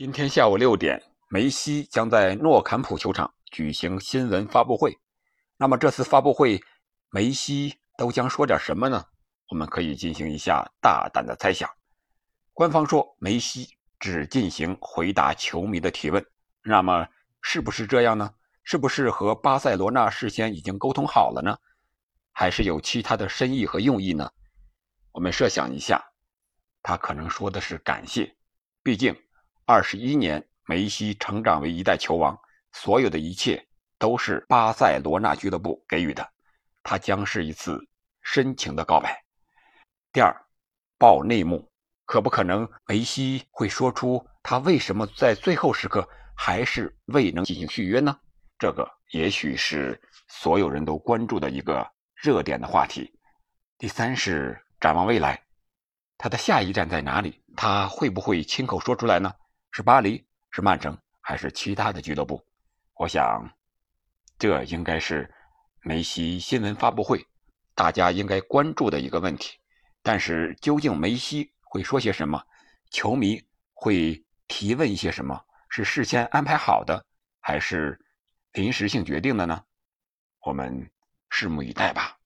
今天下午6点，梅西将在诺坎普球场举行新闻发布会。那么这次发布会，梅西都将说点什么呢？我们可以进行一下大胆的猜想。官方说梅西只进行回答球迷的提问，那么是不是这样呢？是不是和巴塞罗那事先已经沟通好了呢？还是有其他的深意和用意呢？我们设想一下，他可能说的是感谢，毕竟21年梅西成长为一代球王，所有的一切都是巴塞罗那俱乐部给予的，他将是一次深情的告白。第二，爆内幕，可不可能梅西会说出他为什么在最后时刻还是未能进行续约呢？这个也许是所有人都关注的一个热点的话题。第三是展望未来，他的下一站在哪里？他会不会亲口说出来呢？是巴黎，是曼城，还是其他的俱乐部？我想这应该是梅西新闻发布会大家应该关注的一个问题。但是究竟梅西会说些什么，球迷会提问一些什么，是事先安排好的，还是临时性决定的呢？我们拭目以待吧。